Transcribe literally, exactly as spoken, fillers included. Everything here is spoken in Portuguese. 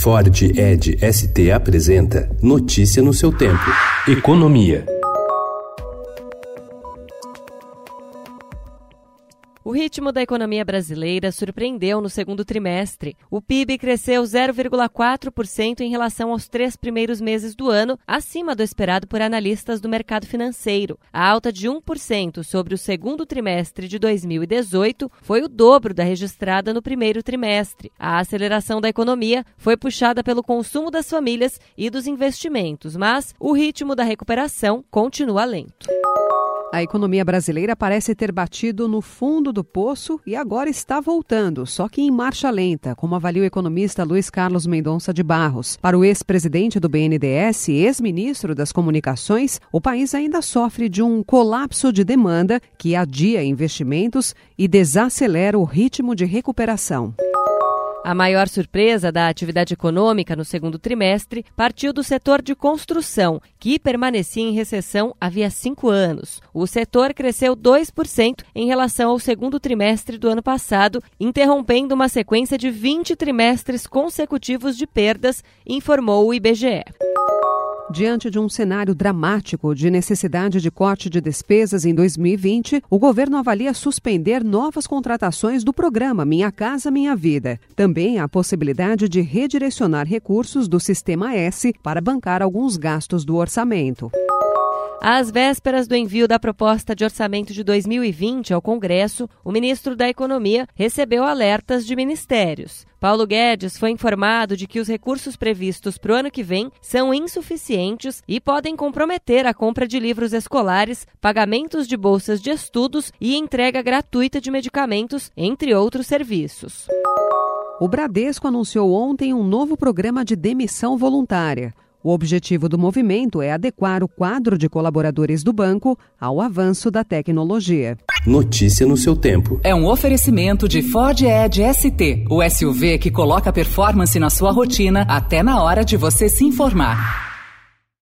Ford Ed S T apresenta Notícia no seu tempo. Economia. O ritmo da economia brasileira surpreendeu no segundo trimestre. O P I B cresceu zero vírgula quatro por cento em relação aos três primeiros meses do ano, acima do esperado por analistas do mercado financeiro. A alta de um por cento sobre o segundo trimestre de dois mil e dezoito foi o dobro da registrada no primeiro trimestre. A aceleração da economia foi puxada pelo consumo das famílias e dos investimentos, mas o ritmo da recuperação continua lento. A economia brasileira parece ter batido no fundo do poço e agora está voltando, só que em marcha lenta, como avalia o economista Luiz Carlos Mendonça de Barros. Para o ex-presidente do B N D E S e ex-ministro das Comunicações, o país ainda sofre de um colapso de demanda que adia investimentos e desacelera o ritmo de recuperação. A maior surpresa da atividade econômica no segundo trimestre partiu do setor de construção, que permanecia em recessão havia cinco anos. O setor cresceu dois por cento em relação ao segundo trimestre do ano passado, interrompendo uma sequência de vinte trimestres consecutivos de perdas, informou o I B G E. Diante de um cenário dramático de necessidade de corte de despesas em dois mil e vinte, o governo avalia suspender novas contratações do programa Minha Casa Minha Vida. Também há a possibilidade de redirecionar recursos do Sistema S para bancar alguns gastos do orçamento. Às vésperas do envio da proposta de orçamento de dois mil e vinte ao Congresso, o ministro da Economia recebeu alertas de ministérios. Paulo Guedes foi informado de que os recursos previstos para o ano que vem são insuficientes e podem comprometer a compra de livros escolares, pagamentos de bolsas de estudos e entrega gratuita de medicamentos, entre outros serviços. O Bradesco anunciou ontem um novo programa de demissão voluntária. O objetivo do movimento é adequar o quadro de colaboradores do banco ao avanço da tecnologia. Notícia no seu tempo. É um oferecimento de Ford Edge S T, o S U V que coloca performance na sua rotina até na hora de você se informar.